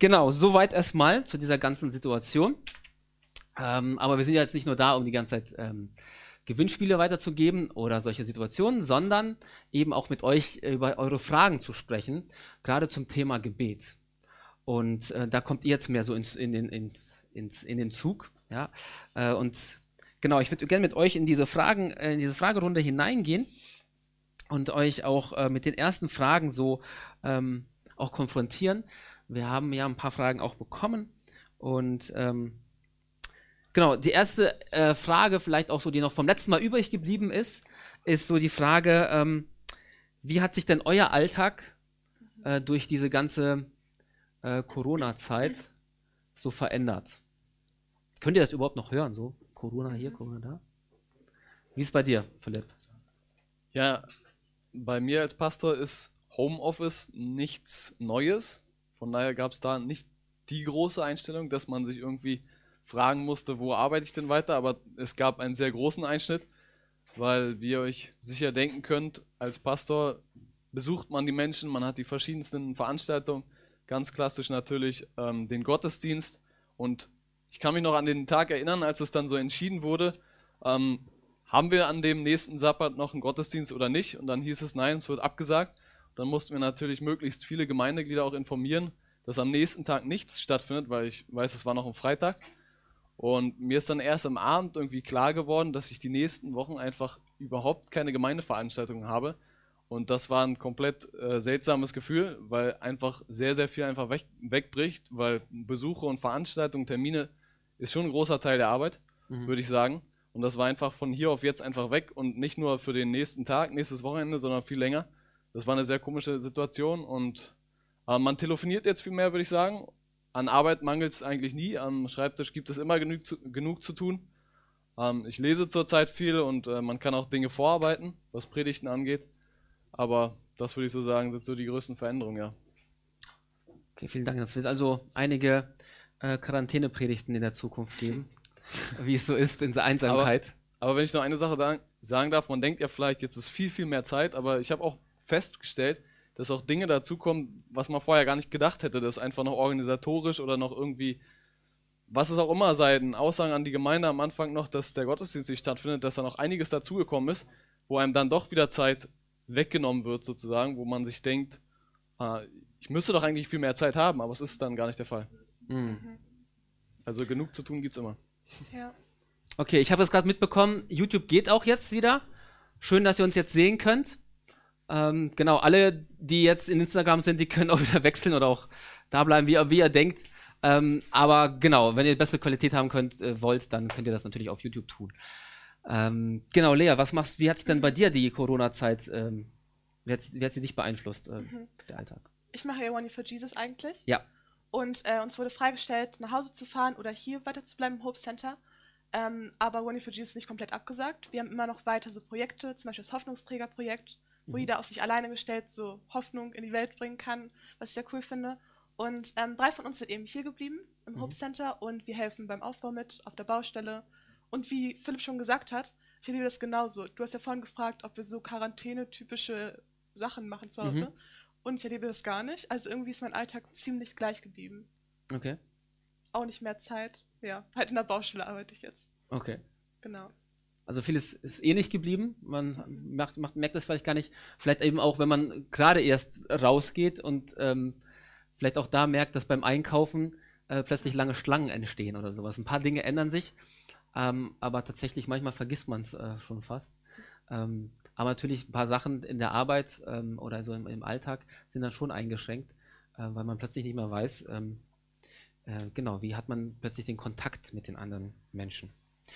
Genau, soweit erstmal zu dieser ganzen Situation. Aber wir sind ja jetzt nicht nur da, um die ganze Zeit Gewinnspiele weiterzugeben oder solche Situationen, sondern eben auch mit euch über eure Fragen zu sprechen, gerade zum Thema Gebet. Und da kommt ihr jetzt mehr so in den Zug. Ja? Und genau, ich würde gerne mit euch in diese Fragerunde hineingehen und euch auch mit den ersten Fragen so auch konfrontieren. Wir haben ja ein paar Fragen auch bekommen und genau, die erste Frage, vielleicht auch so, die noch vom letzten Mal übrig geblieben ist so die Frage, wie hat sich denn euer Alltag durch diese ganze Corona-Zeit so verändert? Könnt ihr das überhaupt noch hören, so? Corona hier, Corona da? Wie ist es bei dir, Philipp? Ja, bei mir als Pastor ist Homeoffice nichts Neues. Von daher gab es da nicht die große Einstellung, dass man sich irgendwie fragen musste, wo arbeite ich denn weiter, aber es gab einen sehr großen Einschnitt, weil, wie ihr euch sicher denken könnt, als Pastor besucht man die Menschen, man hat die verschiedensten Veranstaltungen, ganz klassisch natürlich den Gottesdienst, und ich kann mich noch an den Tag erinnern, als es dann so entschieden wurde, haben wir an dem nächsten Sabbat noch einen Gottesdienst oder nicht, und dann hieß es, nein, es wird abgesagt. Dann mussten wir natürlich möglichst viele Gemeindeglieder auch informieren, dass am nächsten Tag nichts stattfindet, weil ich weiß, es war noch ein Freitag. Und mir ist dann erst am Abend irgendwie klar geworden, dass ich die nächsten Wochen einfach überhaupt keine Gemeindeveranstaltungen habe. Und das war ein komplett seltsames Gefühl, weil einfach sehr, sehr viel einfach wegbricht, weil Besuche und Veranstaltungen, Termine ist schon ein großer Teil der Arbeit, würde ich sagen. Und das war einfach von hier auf jetzt einfach weg, und nicht nur für den nächsten Tag, nächstes Wochenende, sondern viel länger. Das war eine sehr komische Situation, und man telefoniert jetzt viel mehr, würde ich sagen. An Arbeit mangelt es eigentlich nie, am Schreibtisch gibt es immer genug zu tun. Ich lese zurzeit viel, und man kann auch Dinge vorarbeiten, was Predigten angeht. Aber das würde ich so sagen, sind so die größten Veränderungen, ja. Okay, vielen Dank. Es wird also einige Quarantänepredigten in der Zukunft geben, wie es so ist in der Einsamkeit. Aber wenn ich noch eine Sache sagen darf, man denkt ja vielleicht, jetzt ist viel, viel mehr Zeit, aber ich habe auch festgestellt, dass auch Dinge dazukommen, was man vorher gar nicht gedacht hätte, dass einfach noch organisatorisch oder noch irgendwie, was es auch immer sei, ein Aussagen an die Gemeinde am Anfang noch, dass der Gottesdienst nicht stattfindet, dass da noch einiges dazugekommen ist, wo einem dann doch wieder Zeit weggenommen wird sozusagen, wo man sich denkt, ich müsste doch eigentlich viel mehr Zeit haben, aber es ist dann gar nicht der Fall. Also genug zu tun gibt es immer. Ja. Okay, ich habe das gerade mitbekommen, YouTube geht auch jetzt wieder. Schön, dass ihr uns jetzt sehen könnt. Genau, alle, die jetzt in Instagram sind, die können auch wieder wechseln oder auch da bleiben, wie ihr denkt. Aber genau, wenn ihr bessere Qualität haben wollt, dann könnt ihr das natürlich auf YouTube tun. Genau, Lea, wie hat sich denn bei dir die Corona-Zeit, wie hat sie dich beeinflusst, der Alltag? Ich mache ja One for Jesus eigentlich. Ja. Und uns wurde freigestellt, nach Hause zu fahren oder hier weiter zu bleiben im Hope Center. Aber One for Jesus ist nicht komplett abgesagt. Wir haben immer noch weiter so Projekte, zum Beispiel das Hoffnungsträgerprojekt, wo jeder auf sich alleine gestellt so Hoffnung in die Welt bringen kann, was ich sehr cool finde. Und 3 von uns sind eben hier geblieben im Hope Center, und wir helfen beim Aufbau mit, auf der Baustelle. Und wie Philipp schon gesagt hat, ich erlebe das genauso. Du hast ja vorhin gefragt, ob wir so Quarantäne-typische Sachen machen zu Hause. Und ich erlebe das gar nicht. Also irgendwie ist mein Alltag ziemlich gleich geblieben. Okay. Auch nicht mehr Zeit. Ja, halt in der Baustelle arbeite ich jetzt. Okay. Genau. Also vieles ist ähnlich geblieben. Man merkt das vielleicht gar nicht. Vielleicht eben auch, wenn man gerade erst rausgeht und vielleicht auch da merkt, dass beim Einkaufen plötzlich lange Schlangen entstehen oder sowas. Ein paar Dinge ändern sich, aber tatsächlich manchmal vergisst man es schon fast. Aber natürlich ein paar Sachen in der Arbeit oder so im Alltag sind dann schon eingeschränkt, weil man plötzlich nicht mehr weiß, genau, wie hat man plötzlich den Kontakt mit den anderen Menschen.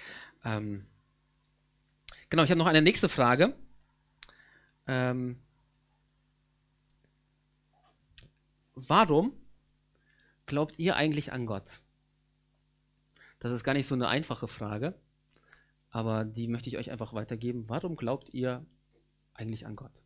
Genau, ich habe noch eine nächste Frage. Warum glaubt ihr eigentlich an Gott? Das ist gar nicht so eine einfache Frage, aber die möchte ich euch einfach weitergeben. Warum glaubt ihr eigentlich an Gott?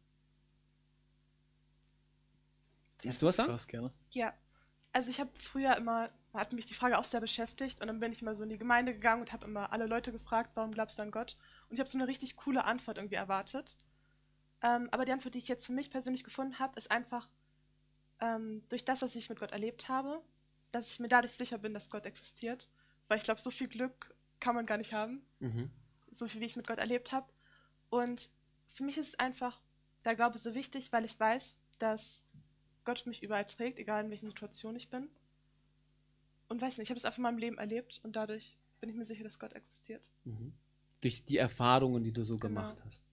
Willst du was sagen? Gerne. Ja, also ich habe früher immer, hat mich die Frage auch sehr beschäftigt, und dann bin ich immer so in die Gemeinde gegangen und habe immer alle Leute gefragt, warum glaubst du an Gott? Und ich habe so eine richtig coole Antwort irgendwie erwartet. Aber die Antwort, die ich jetzt für mich persönlich gefunden habe, ist einfach durch das, was ich mit Gott erlebt habe, dass ich mir dadurch sicher bin, dass Gott existiert. Weil ich glaube, so viel Glück kann man gar nicht haben. So viel, wie ich mit Gott erlebt habe. Und für mich ist es einfach der Glaube so wichtig, weil ich weiß, dass Gott mich überall trägt, egal in welchen Situationen ich bin. Und weiß nicht, ich habe es einfach in meinem Leben erlebt und dadurch bin ich mir sicher, dass Gott existiert. Durch die Erfahrungen, die du so Genau. gemacht hast.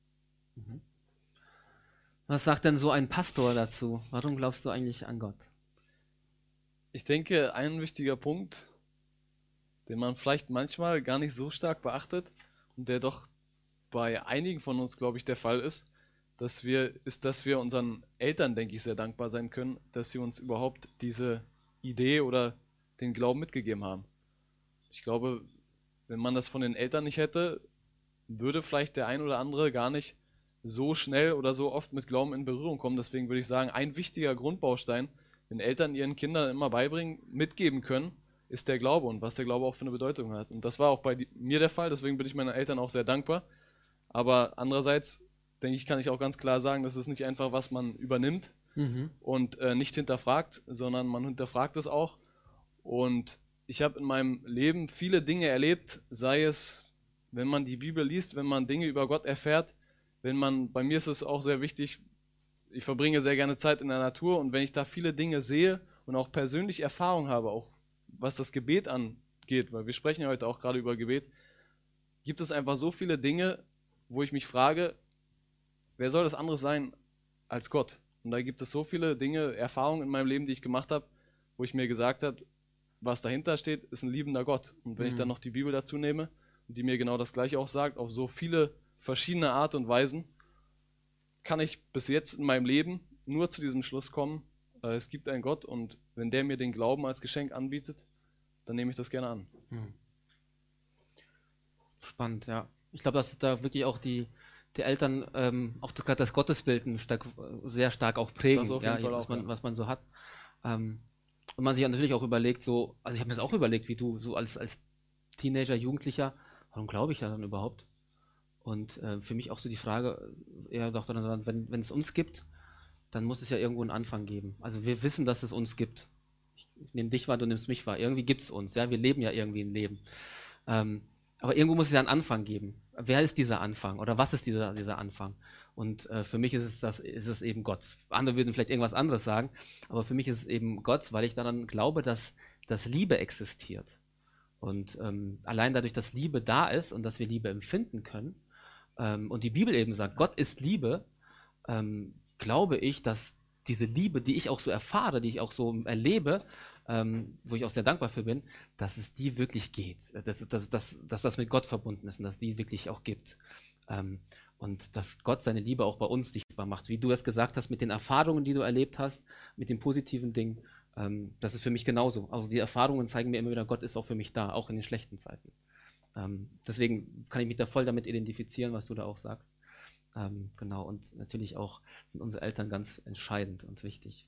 Was sagt denn so ein Pastor dazu? Warum glaubst du eigentlich an Gott? Ich denke, ein wichtiger Punkt, den man vielleicht manchmal gar nicht so stark beachtet und der doch bei einigen von uns, glaube ich, der Fall ist, dass wir unseren Eltern, denke ich, sehr dankbar sein können, dass sie uns überhaupt diese Idee oder den Glauben mitgegeben haben. Ich glaube, wenn man das von den Eltern nicht hätte, würde vielleicht der ein oder andere gar nicht so schnell oder so oft mit Glauben in Berührung kommen. Deswegen würde ich sagen, ein wichtiger Grundbaustein, den Eltern ihren Kindern immer beibringen, mitgeben können, ist der Glaube und was der Glaube auch für eine Bedeutung hat. Und das war auch bei mir der Fall, deswegen bin ich meinen Eltern auch sehr dankbar. Aber andererseits, denke ich, kann ich auch ganz klar sagen, das ist nicht einfach, was man übernimmt und nicht hinterfragt, sondern man hinterfragt es auch. Und ich habe in meinem Leben viele Dinge erlebt, sei es, wenn man die Bibel liest, wenn man Dinge über Gott erfährt, bei mir ist es auch sehr wichtig, ich verbringe sehr gerne Zeit in der Natur und wenn ich da viele Dinge sehe und auch persönlich Erfahrung habe, auch was das Gebet angeht, weil wir sprechen ja heute auch gerade über Gebet, gibt es einfach so viele Dinge, wo ich mich frage, wer soll das anderes sein als Gott? Und da gibt es so viele Dinge, Erfahrungen in meinem Leben, die ich gemacht habe, wo ich mir gesagt habe, was dahinter steht, ist ein liebender Gott. Und wenn ich dann noch die Bibel dazu nehme, die mir genau das Gleiche auch sagt, auf so viele verschiedene Art und Weisen, kann ich bis jetzt in meinem Leben nur zu diesem Schluss kommen, es gibt einen Gott und wenn der mir den Glauben als Geschenk anbietet, dann nehme ich das gerne an. Spannend, ja. Ich glaube, dass da wirklich auch die Eltern auch gerade das Gottesbild sehr stark auch prägen, Das auf jeden Fall was man so hat. Und man sich ja natürlich auch überlegt, also ich habe mir das auch überlegt, wie du so als Teenager, Jugendlicher, warum glaube ich ja dann überhaupt? Und für mich auch so die Frage, eher doch dann, wenn es uns gibt, dann muss es ja irgendwo einen Anfang geben. Also wir wissen, dass es uns gibt. Ich nehme dich wahr, du nimmst mich wahr. Irgendwie gibt es uns, ja, wir leben ja irgendwie ein Leben. Aber irgendwo muss es ja einen Anfang geben. Wer ist dieser Anfang? Oder was ist dieser Anfang? Und für mich ist es eben Gott. Andere würden vielleicht irgendwas anderes sagen, aber für mich ist es eben Gott, weil ich daran glaube, dass Liebe existiert. Und allein dadurch, dass Liebe da ist und dass wir Liebe empfinden können, und die Bibel eben sagt, Gott ist Liebe, glaube ich, dass diese Liebe, die ich auch so erfahre, die ich auch so erlebe, wo ich auch sehr dankbar für bin, dass es die wirklich geht, dass das mit Gott verbunden ist und dass die wirklich auch gibt. Und dass Gott seine Liebe auch bei uns sichtbar macht. Wie du es gesagt hast, mit den Erfahrungen, die du erlebt hast, mit den positiven Dingen, das ist für mich genauso. Also die Erfahrungen zeigen mir immer wieder, Gott ist auch für mich da, auch in den schlechten Zeiten. Deswegen kann ich mich da voll damit identifizieren, was du da auch sagst. Genau, und natürlich auch sind unsere Eltern ganz entscheidend und wichtig.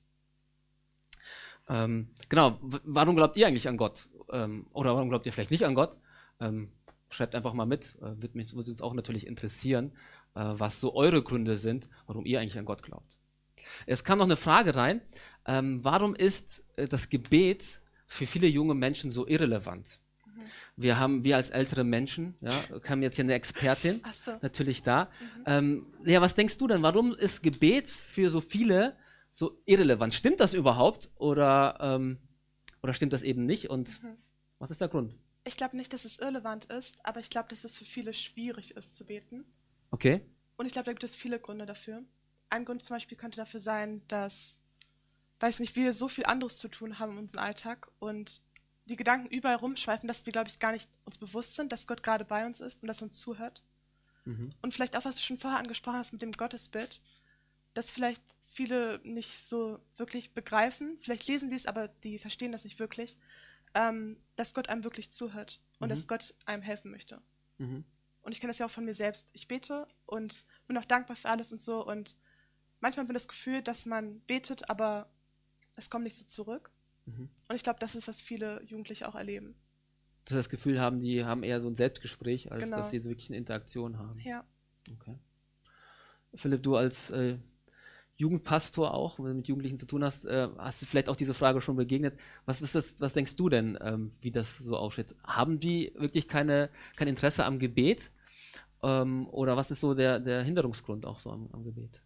Genau, warum glaubt ihr eigentlich an Gott? Oder warum glaubt ihr vielleicht nicht an Gott? Schreibt einfach mal mit, würde uns auch natürlich interessieren, was so eure Gründe sind, warum ihr eigentlich an Gott glaubt. Es kam noch eine Frage rein, warum ist das Gebet für viele junge Menschen so irrelevant? Wir als ältere Menschen, ja, haben jetzt hier eine Expertin, natürlich da. Ja, was denkst du denn, warum ist Gebet für so viele so irrelevant? Stimmt das überhaupt oder stimmt das eben nicht? Und was ist der Grund? Ich glaube nicht, dass es irrelevant ist, aber ich glaube, dass es für viele schwierig ist zu beten. Okay. Und ich glaube, da gibt es viele Gründe dafür. Ein Grund zum Beispiel könnte dafür sein, dass, weiß nicht, wir so viel anderes zu tun haben in unserem Alltag und die Gedanken überall rumschweifen, dass wir, glaube ich, gar nicht uns bewusst sind, dass Gott gerade bei uns ist und dass er uns zuhört. Und vielleicht auch, was du schon vorher angesprochen hast mit dem Gottesbild, dass vielleicht viele nicht so wirklich begreifen, vielleicht lesen sie es, aber die verstehen das nicht wirklich, dass Gott einem wirklich zuhört und dass Gott einem helfen möchte. Und ich kenne das ja auch von mir selbst. Ich bete und bin auch dankbar für alles und so und manchmal bin ich das Gefühl, dass man betet, aber es kommt nicht so zurück. Und ich glaube, das ist, was viele Jugendliche auch erleben. Dass sie das Gefühl haben, die haben eher so ein Selbstgespräch, als dass sie jetzt wirklich eine Interaktion haben. Ja. Okay. Philipp, du als Jugendpastor auch, wenn du mit Jugendlichen zu tun hast, hast du vielleicht auch diese Frage schon begegnet. Was ist das, was denkst du denn, wie das so aufsteht? Haben die wirklich kein Interesse am Gebet? Oder was ist so der Hinderungsgrund auch so am Gebet?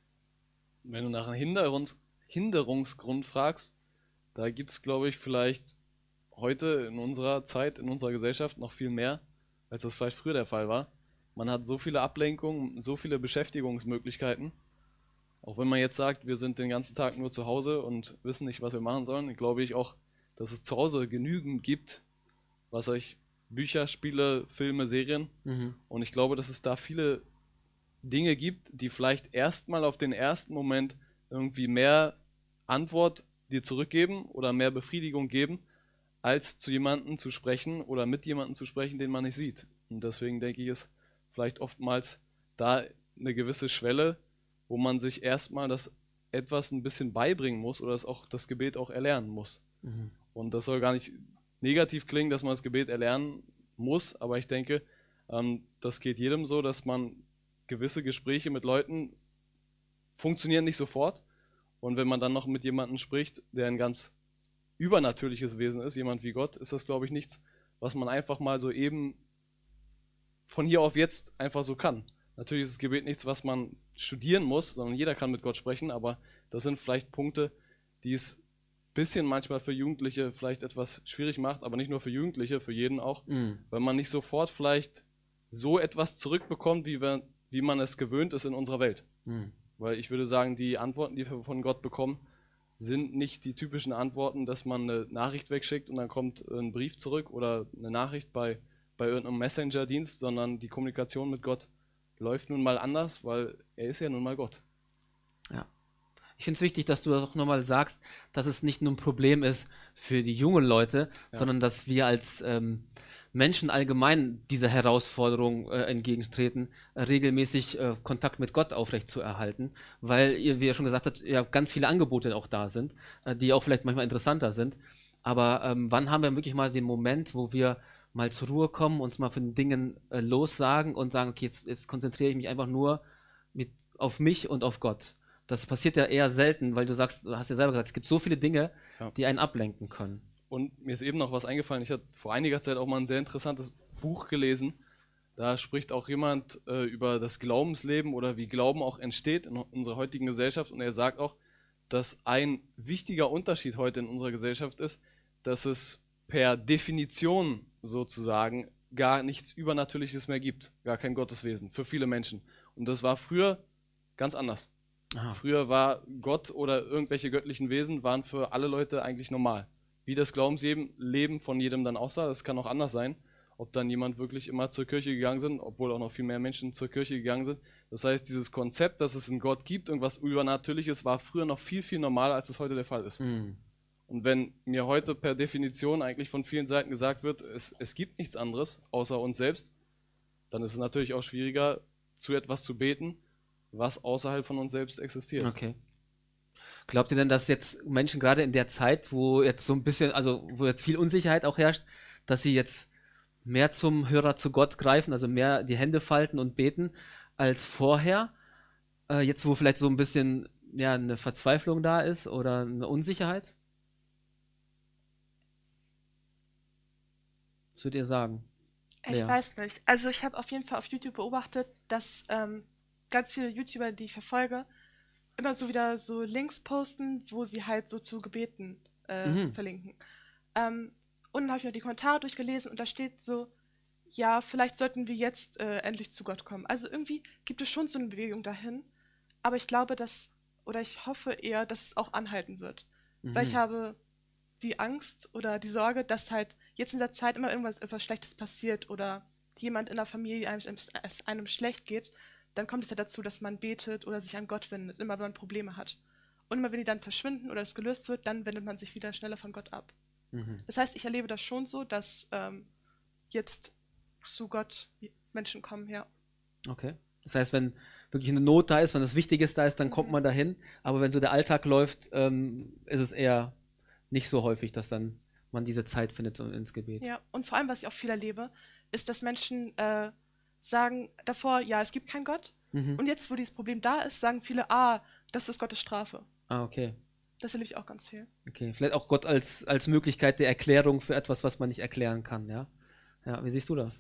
Wenn du nach einem Hinderungsgrund fragst, da gibt es, glaube ich, vielleicht heute in unserer Zeit, in unserer Gesellschaft noch viel mehr, als das vielleicht früher der Fall war. Man hat so viele Ablenkungen, so viele Beschäftigungsmöglichkeiten. Auch wenn man jetzt sagt, wir sind den ganzen Tag nur zu Hause und wissen nicht, was wir machen sollen, glaube ich auch, dass es zu Hause genügend gibt, was euch Bücher, Spiele, Filme, Serien. Und ich glaube, dass es da viele Dinge gibt, die vielleicht erstmal auf den ersten Moment irgendwie mehr Antwort dir zurückgeben oder mehr Befriedigung geben, als zu jemandem zu sprechen oder mit jemandem zu sprechen, den man nicht sieht. Und deswegen denke ich, ist vielleicht oftmals da eine gewisse Schwelle, wo man sich erstmal das etwas ein bisschen beibringen muss oder das Gebet auch erlernen muss. Und das soll gar nicht negativ klingen, dass man das Gebet erlernen muss, aber ich denke, das geht jedem so, dass man gewisse Gespräche mit Leuten funktionieren nicht sofort. Und wenn man dann noch mit jemandem spricht, der ein ganz übernatürliches Wesen ist, jemand wie Gott, ist das, glaube ich, nichts, was man einfach mal so eben von hier auf jetzt einfach so kann. Natürlich ist das Gebet nichts, was man studieren muss, sondern jeder kann mit Gott sprechen, aber das sind vielleicht Punkte, die es ein bisschen manchmal für Jugendliche vielleicht etwas schwierig macht, aber nicht nur für Jugendliche, für jeden auch, weil man nicht sofort vielleicht so etwas zurückbekommt, wie man es gewöhnt ist in unserer Welt. Weil ich würde sagen, die Antworten, die wir von Gott bekommen, sind nicht die typischen Antworten, dass man eine Nachricht wegschickt und dann kommt ein Brief zurück oder eine Nachricht bei irgendeinem Messenger-Dienst, sondern die Kommunikation mit Gott läuft nun mal anders, weil er ist ja nun mal Gott. Ja. Ich finde es wichtig, dass du auch nochmal sagst, dass es nicht nur ein Problem ist für die jungen Leute, sondern dass wir als Menschen allgemein dieser Herausforderung entgegentreten, regelmäßig Kontakt mit Gott aufrechtzuerhalten, weil ihr, wie ihr schon gesagt habt, ja ganz viele Angebote auch da sind, die auch vielleicht manchmal interessanter sind. Aber wann haben wir wirklich mal den Moment, wo wir mal zur Ruhe kommen, uns mal von Dingen lossagen und sagen, okay, jetzt konzentriere ich mich einfach nur auf mich und auf Gott. Das passiert ja eher selten, weil du hast ja selber gesagt, es gibt so viele Dinge, die einen ablenken können. Und mir ist eben noch was eingefallen. Ich hatte vor einiger Zeit auch mal ein sehr interessantes Buch gelesen. Da spricht auch jemand über das Glaubensleben oder wie Glauben auch entsteht in unserer heutigen Gesellschaft. Und er sagt auch, dass ein wichtiger Unterschied heute in unserer Gesellschaft ist, dass es per Definition sozusagen gar nichts Übernatürliches mehr gibt. Gar kein Gotteswesen für viele Menschen. Und das war früher ganz anders. Aha. Früher war Gott oder irgendwelche göttlichen Wesen waren für alle Leute eigentlich normal. Wie das Glaubensleben von jedem dann aussah, das kann auch anders sein. Ob dann jemand wirklich immer zur Kirche gegangen sind, obwohl auch noch viel mehr Menschen zur Kirche gegangen sind. Das heißt, dieses Konzept, dass es einen Gott gibt, irgendwas Übernatürliches, war früher noch viel, viel normaler, als es heute der Fall ist. Und wenn mir heute per Definition eigentlich von vielen Seiten gesagt wird, es gibt nichts anderes außer uns selbst, dann ist es natürlich auch schwieriger, zu etwas zu beten, was außerhalb von uns selbst existiert. Okay. Glaubt ihr denn, dass jetzt Menschen gerade in der Zeit, wo jetzt so ein bisschen, also wo jetzt viel Unsicherheit auch herrscht, dass sie jetzt mehr zum Hörer zu Gott greifen, also mehr die Hände falten und beten als vorher? Jetzt, wo vielleicht so ein bisschen ja, eine Verzweiflung da ist oder eine Unsicherheit? Was würdet ihr sagen? Ich weiß nicht. Also ich habe auf jeden Fall auf YouTube beobachtet, dass ganz viele YouTuber, die ich verfolge, immer so wieder so Links posten, wo sie halt so zu Gebeten verlinken. Und dann habe ich noch die Kommentare durchgelesen und da steht so, ja, vielleicht sollten wir jetzt endlich zu Gott kommen. Also irgendwie gibt es schon so eine Bewegung dahin, aber ich glaube, ich hoffe eher, dass es auch anhalten wird. Weil ich habe die Angst oder die Sorge, dass halt jetzt in der Zeit immer etwas Schlechtes passiert oder jemand in der Familie einem schlecht geht, dann kommt es ja dazu, dass man betet oder sich an Gott wendet, immer wenn man Probleme hat. Und immer wenn die dann verschwinden oder es gelöst wird, dann wendet man sich wieder schneller von Gott ab. Das heißt, ich erlebe das schon so, dass jetzt zu Gott Menschen kommen, ja. Okay. Das heißt, wenn wirklich eine Not da ist, wenn das Wichtiges da ist, dann kommt man dahin. Aber wenn so der Alltag läuft, ist es eher nicht so häufig, dass dann man diese Zeit findet ins Gebet. Ja, und vor allem, was ich auch viel erlebe, ist, dass Menschen sagen davor, ja, es gibt keinen Gott. Und jetzt, wo dieses Problem da ist, sagen viele, Das ist Gottes Strafe. Ah, okay. Das erlebe ich auch ganz viel. Okay. Vielleicht auch Gott als Möglichkeit der Erklärung für etwas, was man nicht erklären kann, ja? Ja, wie siehst du das?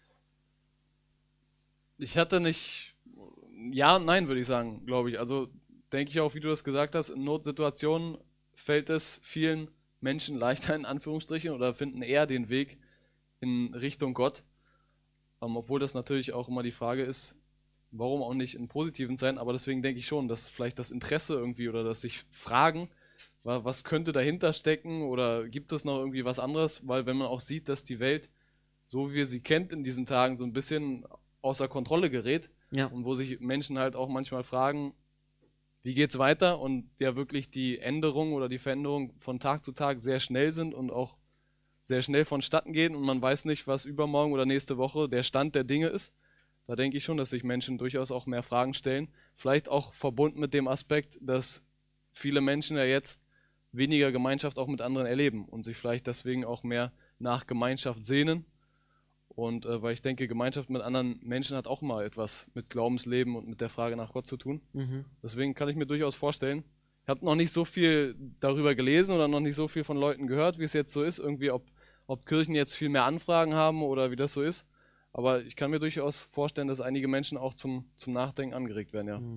Ich hatte nicht, ja und nein, würde ich sagen, glaube ich. Also denke ich auch, wie du das gesagt hast, in Notsituationen fällt es vielen Menschen leichter, in Anführungsstrichen, oder finden eher den Weg in Richtung Gott. Obwohl das natürlich auch immer die Frage ist, warum auch nicht in positiven Zeiten, aber deswegen denke ich schon, dass vielleicht das Interesse irgendwie oder dass sich fragen, was könnte dahinter stecken oder gibt es noch irgendwie was anderes, weil wenn man auch sieht, dass die Welt, so wie wir sie kennt in diesen Tagen, so ein bisschen außer Kontrolle gerät Ja. und wo sich Menschen halt auch manchmal fragen, wie geht's weiter und ja wirklich die Änderungen oder die Veränderungen von Tag zu Tag sehr schnell sind und auch sehr schnell vonstatten gehen und man weiß nicht, was übermorgen oder nächste Woche der Stand der Dinge ist. Da denke ich schon, dass sich Menschen durchaus auch mehr Fragen stellen. Vielleicht auch verbunden mit dem Aspekt, dass viele Menschen ja jetzt weniger Gemeinschaft auch mit anderen erleben und sich vielleicht deswegen auch mehr nach Gemeinschaft sehnen. Und weil ich denke, Gemeinschaft mit anderen Menschen hat auch mal etwas mit Glaubensleben und mit der Frage nach Gott zu tun. Mhm. Deswegen kann ich mir durchaus vorstellen, ich habe noch nicht so viel darüber gelesen oder noch nicht so viel von Leuten gehört, wie es jetzt so ist, irgendwie ob Kirchen jetzt viel mehr Anfragen haben oder wie das so ist. Aber ich kann mir durchaus vorstellen, dass einige Menschen auch zum Nachdenken angeregt werden, ja.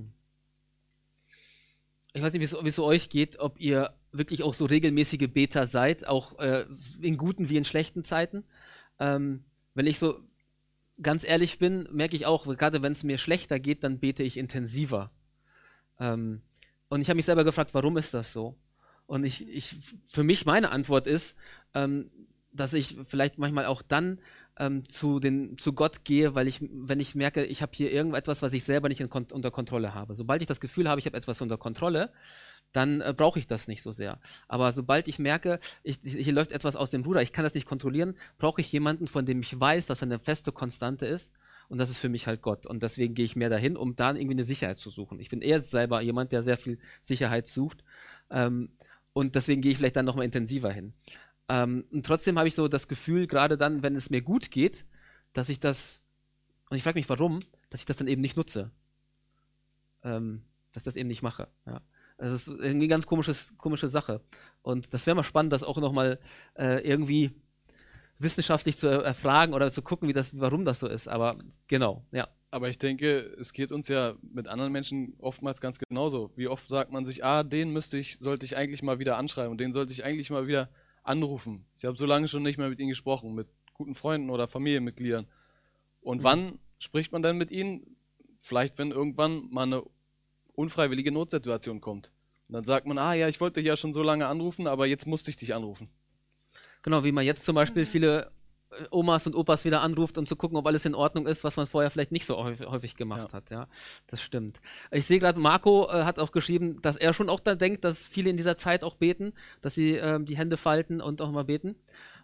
Ich weiß nicht, wie es euch geht, ob ihr wirklich auch so regelmäßige Beter seid, auch in guten wie in schlechten Zeiten. Wenn ich so ganz ehrlich bin, merke ich auch, gerade wenn es mir schlechter geht, dann bete ich intensiver. Und ich habe mich selber gefragt, warum ist das so? Und für mich meine Antwort ist, dass ich vielleicht manchmal auch dann zu Gott gehe, wenn ich merke, ich habe hier irgendetwas, was ich selber nicht unter Kontrolle habe. Sobald ich das Gefühl habe, ich habe etwas unter Kontrolle, dann brauche ich das nicht so sehr. Aber sobald ich merke, hier läuft etwas aus dem Ruder, ich kann das nicht kontrollieren, brauche ich jemanden, von dem ich weiß, dass er eine feste Konstante ist. Und das ist für mich halt Gott. Und deswegen gehe ich mehr dahin, um da irgendwie eine Sicherheit zu suchen. Ich bin eher selber jemand, der sehr viel Sicherheit sucht. Und deswegen gehe ich vielleicht dann nochmal intensiver hin. Und trotzdem habe ich so das Gefühl, gerade dann, wenn es mir gut geht, dass ich das, und ich frage mich warum, dass ich das dann eben nicht nutze. Dass ich das eben nicht mache. Ja. Das ist irgendwie eine ganz komische Sache. Und das wäre mal spannend, das auch nochmal irgendwie wissenschaftlich zu erfragen oder zu gucken, warum das so ist. Aber genau, ja. Aber ich denke, es geht uns ja mit anderen Menschen oftmals ganz genauso. Wie oft sagt man sich, den sollte ich eigentlich mal wieder anschreiben und den sollte ich eigentlich mal wieder anrufen. Ich habe so lange schon nicht mehr mit ihnen gesprochen, mit guten Freunden oder Familienmitgliedern. Und wann spricht man dann mit ihnen? Vielleicht, wenn irgendwann mal eine unfreiwillige Notsituation kommt. Und dann sagt man, ja, ich wollte dich ja schon so lange anrufen, aber jetzt musste ich dich anrufen. Genau, wie man jetzt zum Beispiel viele Omas und Opas wieder anruft, um zu gucken, ob alles in Ordnung ist, was man vorher vielleicht nicht so häufig gemacht hat. Ja, das stimmt. Ich sehe gerade, Marco hat auch geschrieben, dass er schon auch da denkt, dass viele in dieser Zeit auch beten, dass sie die Hände falten und auch mal beten.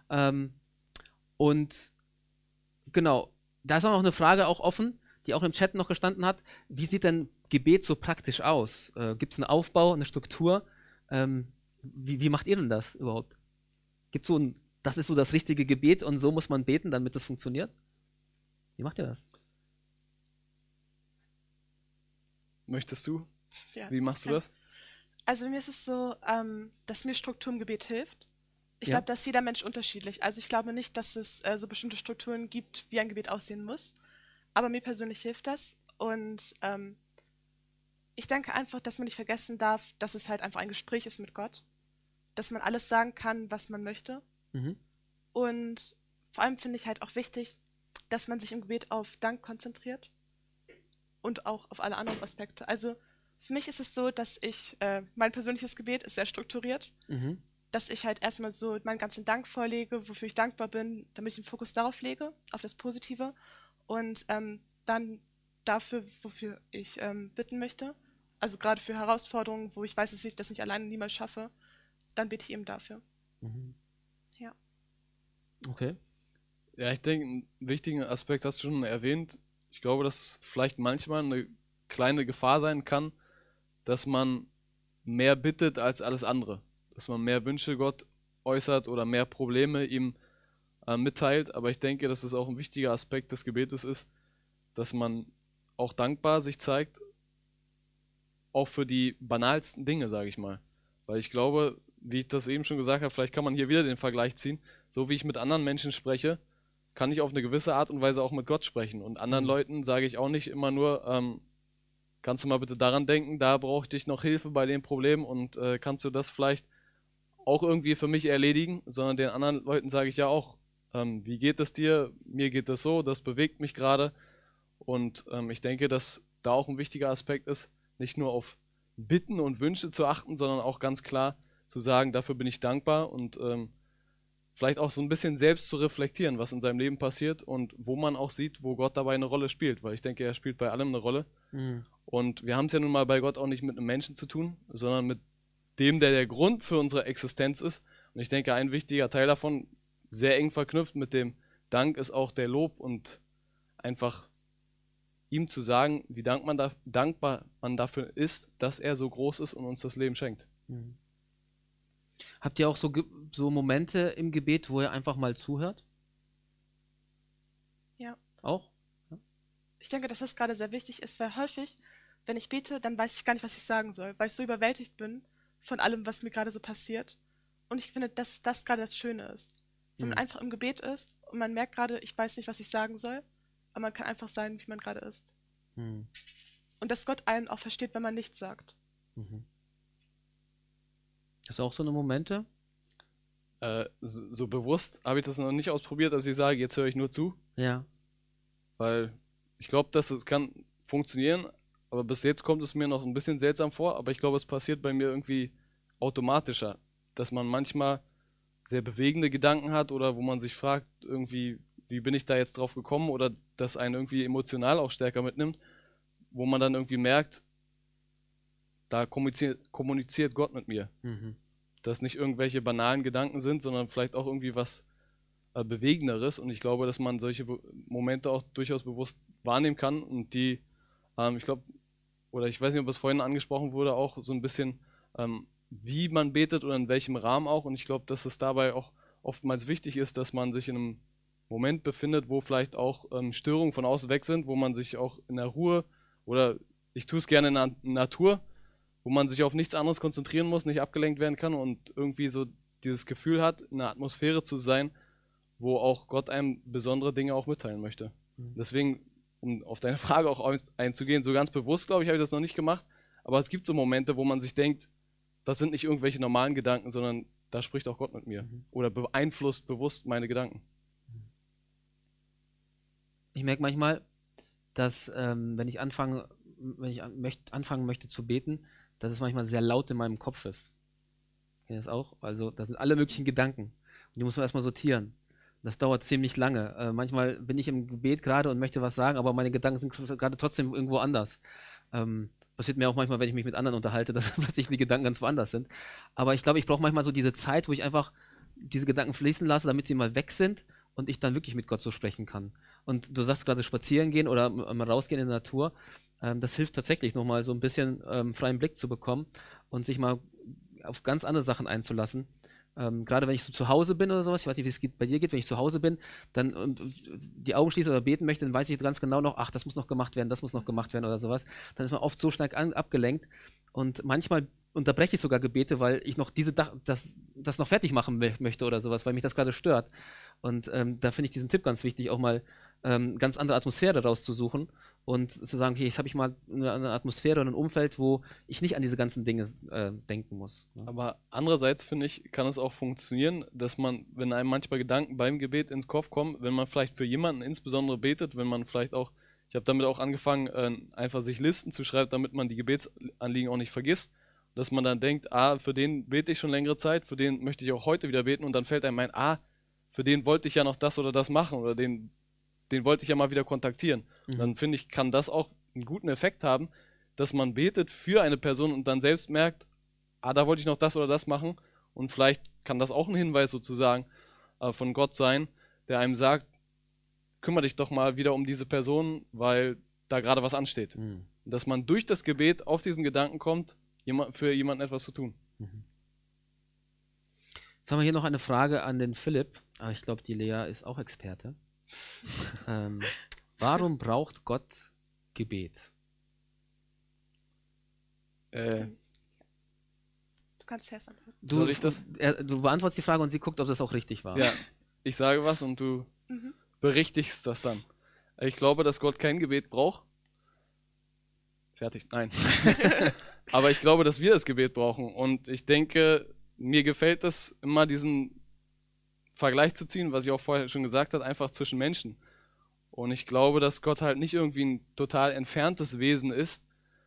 Und genau, da ist auch noch eine Frage auch offen, die auch im Chat noch gestanden hat. Wie sieht denn Gebet so praktisch aus? Gibt es einen Aufbau, eine Struktur? Wie macht ihr denn das überhaupt? Gibt es das ist so das richtige Gebet und so muss man beten, damit das funktioniert? Wie macht ihr das? Möchtest du? Ja. Wie machst du das? Also bei mir ist es so, dass mir Struktur im Gebet hilft. Ich Ja. glaube, dass jeder Mensch unterschiedlich. Also ich glaube nicht, dass es so bestimmte Strukturen gibt, wie ein Gebet aussehen muss. Aber mir persönlich hilft das. Und ich denke einfach, dass man nicht vergessen darf, dass es halt einfach ein Gespräch ist mit Gott. Dass man alles sagen kann, was man möchte. Mhm. Und vor allem finde ich halt auch wichtig, dass man sich im Gebet auf Dank konzentriert und auch auf alle anderen Aspekte. Also für mich ist es so, dass mein persönliches Gebet ist sehr strukturiert, Mhm. dass ich halt erstmal so meinen ganzen Dank vorlege, wofür ich dankbar bin, damit ich den Fokus darauf lege, auf das Positive und dann dafür, wofür ich bitten möchte. Also gerade für Herausforderungen, wo ich weiß, dass ich das nicht alleine niemals schaffe, dann bete ich eben dafür. Mhm. Ja. Okay. Ja, ich denke, einen wichtigen Aspekt hast du schon erwähnt. Ich glaube, dass es vielleicht manchmal eine kleine Gefahr sein kann, dass man mehr bittet als alles andere. Dass man mehr Wünsche Gott äußert oder mehr Probleme ihm mitteilt. Aber ich denke, dass es auch ein wichtiger Aspekt des Gebetes ist, dass man auch dankbar sich zeigt auch für die banalsten Dinge, sage ich mal. Weil ich glaube, wie ich das eben schon gesagt habe, vielleicht kann man hier wieder den Vergleich ziehen. So wie ich mit anderen Menschen spreche, kann ich auf eine gewisse Art und Weise auch mit Gott sprechen. Und anderen Leuten sage ich auch nicht immer nur, kannst du mal bitte daran denken, da brauche ich noch Hilfe bei dem Problem und kannst du das vielleicht auch irgendwie für mich erledigen, sondern den anderen Leuten sage ich ja auch, wie geht es dir? Mir geht es so, das bewegt mich gerade. Und ich denke, dass da auch ein wichtiger Aspekt ist, nicht nur auf Bitten und Wünsche zu achten, sondern auch ganz klar zu sagen, dafür bin ich dankbar und vielleicht auch so ein bisschen selbst zu reflektieren, was in seinem Leben passiert und wo man auch sieht, wo Gott dabei eine Rolle spielt, weil ich denke, er spielt bei allem eine Rolle. Und wir haben es ja nun mal bei Gott auch nicht mit einem Menschen zu tun, sondern mit dem, der Grund für unsere Existenz ist. Und ich denke, ein wichtiger Teil davon, sehr eng verknüpft mit dem Dank, ist auch der Lob und einfach ihm zu sagen, wie dankbar man dafür ist, dass er so groß ist und uns das Leben schenkt. Habt ihr auch so Momente im Gebet, wo ihr einfach mal zuhört? Ja. Auch? Ich denke, dass das gerade sehr wichtig ist, weil häufig, wenn ich bete, dann weiß ich gar nicht, was ich sagen soll, weil ich so überwältigt bin von allem, was mir gerade so passiert. Und ich finde, dass das gerade das Schöne ist. Wenn man einfach im Gebet ist und man merkt gerade, ich weiß nicht, was ich sagen soll, aber man kann einfach sein, wie man gerade ist. Und dass Gott einen auch versteht, wenn man nichts sagt. Hast du auch so eine Momente? So bewusst habe ich das noch nicht ausprobiert, dass ich sage, jetzt höre ich nur zu. Ja. Weil ich glaube, dass es kann funktionieren, aber bis jetzt kommt es mir noch ein bisschen seltsam vor, aber ich glaube, es passiert bei mir irgendwie automatischer, dass man manchmal sehr bewegende Gedanken hat oder wo man sich fragt, irgendwie, wie bin ich da jetzt drauf gekommen oder das einen irgendwie emotional auch stärker mitnimmt, wo man dann irgendwie merkt, da kommuniziert Gott mit mir. Dass nicht irgendwelche banalen Gedanken sind, sondern vielleicht auch irgendwie was Bewegenderes. Und ich glaube, dass man solche Momente auch durchaus bewusst wahrnehmen kann und die, ich glaube, oder ich weiß nicht, ob es vorhin angesprochen wurde, auch so ein bisschen, wie man betet oder in welchem Rahmen auch. Und ich glaube, dass es dabei auch oftmals wichtig ist, dass man sich in einem Moment befindet, wo vielleicht auch Störungen von außen weg sind, wo man sich auch in der Ruhe oder ich tue es gerne in der Natur, wo man sich auf nichts anderes konzentrieren muss, nicht abgelenkt werden kann und irgendwie so dieses Gefühl hat, in einer Atmosphäre zu sein, wo auch Gott einem besondere Dinge auch mitteilen möchte. Deswegen, um auf deine Frage auch einzugehen, so ganz bewusst, glaube ich, habe ich das noch nicht gemacht, aber es gibt so Momente, wo man sich denkt, das sind nicht irgendwelche normalen Gedanken, sondern da spricht auch Gott mit mir oder beeinflusst bewusst meine Gedanken. Ich merke manchmal, dass wenn ich anfangen möchte zu beten, dass es manchmal sehr laut in meinem Kopf ist. Kennt ihr das auch? Also da sind alle möglichen Gedanken. Und die muss man erstmal sortieren. Das dauert ziemlich lange. Manchmal bin ich im Gebet gerade und möchte was sagen, aber meine Gedanken sind gerade trotzdem irgendwo anders. Passiert mir auch manchmal, wenn ich mich mit anderen unterhalte, dass plötzlich die Gedanken ganz woanders sind. Aber ich glaube, ich brauche manchmal so diese Zeit, wo ich einfach diese Gedanken fließen lasse, damit sie mal weg sind und ich dann wirklich mit Gott so sprechen kann. Und du sagst gerade spazieren gehen oder mal rausgehen in die Natur. Das hilft tatsächlich nochmal so ein bisschen freien Blick zu bekommen und sich mal auf ganz andere Sachen einzulassen. Gerade wenn ich so zu Hause bin oder sowas, ich weiß nicht, wie es bei dir geht, wenn ich zu Hause bin, dann und die Augen schließe oder beten möchte, dann weiß ich ganz genau noch, ach, das muss noch gemacht werden, das muss noch gemacht werden oder sowas. Dann ist man oft so stark abgelenkt und manchmal unterbreche ich sogar Gebete, weil ich noch das noch fertig machen möchte oder sowas, weil mich das gerade stört. Und da finde ich diesen Tipp ganz wichtig, auch mal ganz andere Atmosphäre rauszusuchen und zu sagen, okay, jetzt habe ich mal eine Atmosphäre und ein Umfeld, wo ich nicht an diese ganzen Dinge denken muss. Ne? Aber andererseits, finde ich, kann es auch funktionieren, dass man, wenn einem manchmal Gedanken beim Gebet ins Kopf kommen, wenn man vielleicht für jemanden insbesondere betet, wenn man vielleicht auch, ich habe damit auch angefangen, einfach sich Listen zu schreiben, damit man die Gebetsanliegen auch nicht vergisst, dass man dann denkt, für den bete ich schon längere Zeit, für den möchte ich auch heute wieder beten und dann fällt einem ein, für den wollte ich ja noch das oder das machen oder den wollte ich ja mal wieder kontaktieren. Dann finde ich, kann das auch einen guten Effekt haben, dass man betet für eine Person und dann selbst merkt, da wollte ich noch das oder das machen und vielleicht kann das auch ein Hinweis sozusagen von Gott sein, der einem sagt, kümmere dich doch mal wieder um diese Person, weil da gerade was ansteht. Dass man durch das Gebet auf diesen Gedanken kommt, für jemanden etwas zu tun. Jetzt haben wir hier noch eine Frage an den Philipp, aber ich glaube, die Lea ist auch Experte. Warum braucht Gott Gebet? Du kannst erst antworten. Soll ich das? Du beantwortest die Frage und sie guckt, ob das auch richtig war. Ja, ich sage was und du berichtigst das dann. Ich glaube, dass Gott kein Gebet braucht. Fertig, nein. Aber ich glaube, dass wir das Gebet brauchen. Und ich denke, mir gefällt es immer, diesen Vergleich zu ziehen, was ich auch vorher schon gesagt habe, einfach zwischen Menschen. Und ich glaube, dass Gott halt nicht irgendwie ein total entferntes Wesen ist,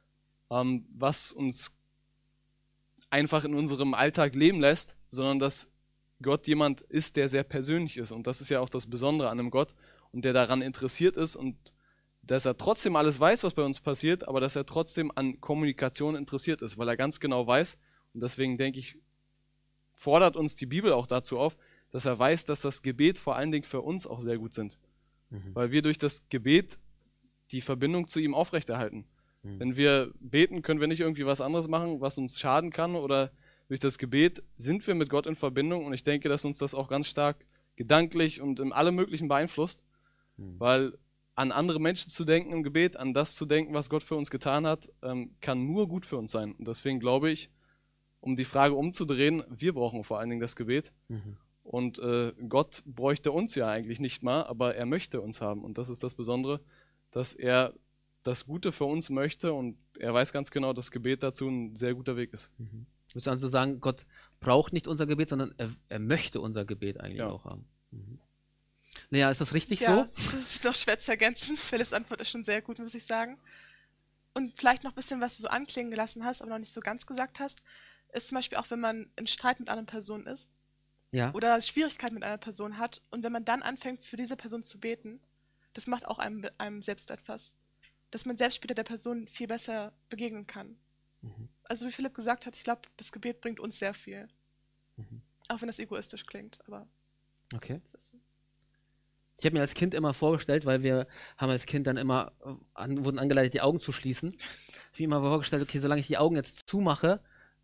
was uns einfach in unserem Alltag leben lässt, sondern dass Gott jemand ist, der sehr persönlich ist. Und das ist ja auch das Besondere an einem Gott und der daran interessiert ist und dass er trotzdem alles weiß, was bei uns passiert, aber dass er trotzdem an Kommunikation interessiert ist, weil er ganz genau weiß, und deswegen denke ich, fordert uns die Bibel auch dazu auf, dass er weiß, dass das Gebet vor allen Dingen für uns auch sehr gut sind. Weil wir durch das Gebet die Verbindung zu ihm aufrechterhalten. Wenn wir beten, können wir nicht irgendwie was anderes machen, was uns schaden kann, oder durch das Gebet sind wir mit Gott in Verbindung, und ich denke, dass uns das auch ganz stark gedanklich und in allem Möglichen beeinflusst, weil an andere Menschen zu denken im Gebet, an das zu denken, was Gott für uns getan hat, kann nur gut für uns sein. Und deswegen glaube ich, um die Frage umzudrehen, wir brauchen vor allen Dingen das Gebet. Und Gott bräuchte uns ja eigentlich nicht mal, aber er möchte uns haben. Und das ist das Besondere, dass er das Gute für uns möchte, und er weiß ganz genau, dass Gebet dazu ein sehr guter Weg ist. Würdest du also sagen, Gott braucht nicht unser Gebet, sondern er möchte unser Gebet eigentlich auch haben? Naja, ist das richtig Ja, so? das ist noch schwer zu ergänzen. Philipps Antwort ist schon sehr gut, muss ich sagen. Und vielleicht noch ein bisschen, was du so anklingen gelassen hast, aber noch nicht so ganz gesagt hast, ist zum Beispiel auch, wenn man in Streit mit einer Person ist Ja. oder Schwierigkeiten mit einer Person hat und wenn man dann anfängt, für diese Person zu beten, das macht auch einem selbst etwas. Dass man selbst später der Person viel besser begegnen kann. Also wie Philipp gesagt hat, ich glaube, das Gebet bringt uns sehr viel. Auch wenn das egoistisch klingt, aber Okay. das ist so. Ich habe mir als Kind immer vorgestellt, weil wir haben als Kind dann immer, wurden angeleitet, die Augen zu schließen. Ich habe mir immer vorgestellt, okay, solange ich die Augen jetzt zumache,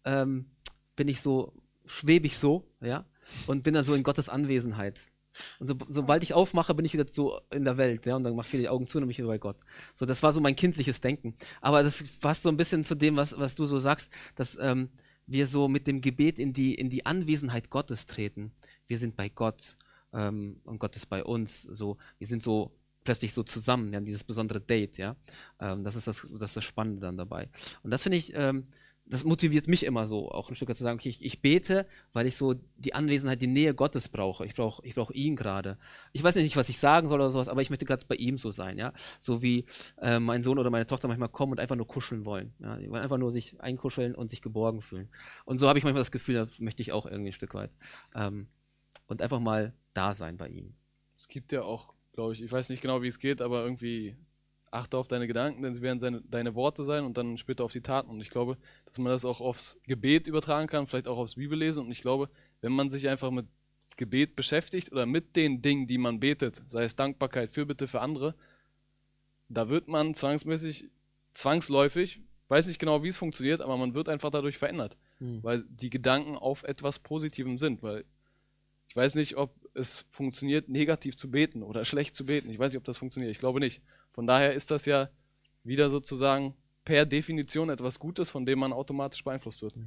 bin ich so, schwebe ich so, ja, und bin dann so in Gottes Anwesenheit. Und sobald ich aufmache, bin ich wieder so in der Welt, ja, und dann mache ich wieder die Augen zu und dann bin ich wieder bei Gott. So, das war so mein kindliches Denken. Aber das passt so ein bisschen zu dem, was du so sagst, dass wir so mit dem Gebet in die Anwesenheit Gottes treten. Wir sind bei Gott. Und Gott ist bei uns, so, wir sind so plötzlich so zusammen, wir haben dieses besondere Date, ja, das ist das Spannende dann dabei. Und das finde ich, das motiviert mich immer so, auch ein Stück weit zu sagen, okay, ich bete, weil ich so die Anwesenheit, die Nähe Gottes brauche. Ich brauch ihn gerade. Ich weiß nicht, was ich sagen soll oder sowas, aber ich möchte gerade bei ihm so sein, ja, so wie mein Sohn oder meine Tochter manchmal kommen und einfach nur kuscheln wollen, ja, die wollen einfach nur sich einkuscheln und sich geborgen fühlen. Und so habe ich manchmal das Gefühl, das möchte ich auch irgendwie ein Stück weit. Und einfach mal da sein bei ihm. Es gibt ja auch, glaube ich weiß nicht genau, wie es geht, aber irgendwie achte auf deine Gedanken, denn sie werden deine Worte sein und dann später auf die Taten. Und ich glaube, dass man das auch aufs Gebet übertragen kann, vielleicht auch aufs Bibellesen. Und ich glaube, wenn man sich einfach mit Gebet beschäftigt oder mit den Dingen, die man betet, sei es Dankbarkeit, Fürbitte für andere, da wird man zwangsläufig, weiß nicht genau, wie es funktioniert, aber man wird einfach dadurch verändert, weil die Gedanken auf etwas Positivem sind, weil ich weiß nicht, ob es funktioniert, negativ zu beten oder schlecht zu beten. Ich weiß nicht, ob das funktioniert. Ich glaube nicht. Von daher ist das ja wieder sozusagen per Definition etwas Gutes, von dem man automatisch beeinflusst wird.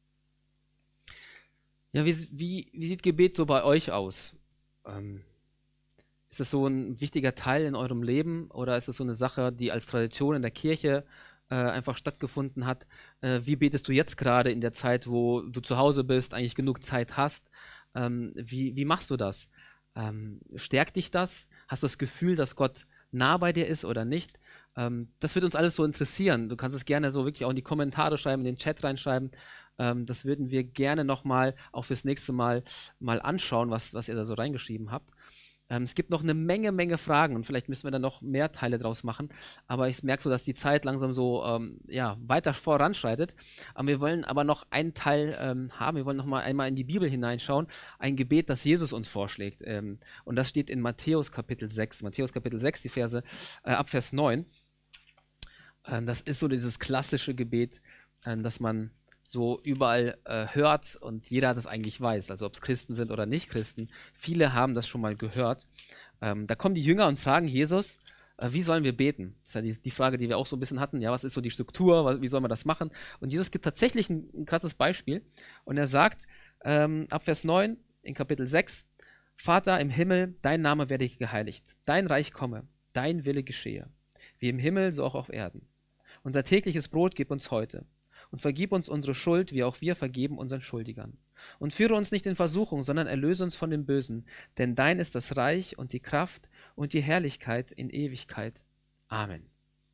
Ja, wie sieht Gebet so bei euch aus? Ist es so ein wichtiger Teil in eurem Leben oder ist es so eine Sache, die als Tradition in der Kirche einfach stattgefunden hat? Wie betest du jetzt gerade in der Zeit, wo du zu Hause bist, eigentlich genug Zeit hast? Wie machst du das? Stärkt dich das? Hast du das Gefühl, dass Gott nah bei dir ist oder nicht? Das wird uns alles so interessieren. Du kannst es gerne so wirklich auch in die Kommentare schreiben, in den Chat reinschreiben. Das würden wir gerne nochmal auch fürs nächste Mal anschauen, was ihr da so reingeschrieben habt. Es gibt noch eine Menge Fragen und vielleicht müssen wir da noch mehr Teile draus machen, aber ich merke so, dass die Zeit langsam so weiter voranschreitet. Wir wollen aber noch einen Teil haben, wir wollen noch mal einmal in die Bibel hineinschauen, ein Gebet, das Jesus uns vorschlägt. Und das steht in Matthäus Kapitel 6, die Verse ab Vers 9. Das ist so dieses klassische Gebet, das man so überall hört und jeder das eigentlich weiß, also ob es Christen sind oder nicht Christen. Viele haben das schon mal gehört. Da kommen die Jünger und fragen Jesus, wie sollen wir beten? Das ist ja die Frage, die wir auch so ein bisschen hatten. Ja, was ist so die Struktur? Wie soll man das machen? Und Jesus gibt tatsächlich ein krasses Beispiel. Und er sagt, ab Vers 9 in Kapitel 6, Vater im Himmel, dein Name werde geheiligt. Dein Reich komme, dein Wille geschehe. Wie im Himmel, so auch auf Erden. Unser tägliches Brot gib uns heute. Und vergib uns unsere Schuld, wie auch wir vergeben unseren Schuldigern. Und führe uns nicht in Versuchung, sondern erlöse uns von dem Bösen. Denn dein ist das Reich und die Kraft und die Herrlichkeit in Ewigkeit. Amen.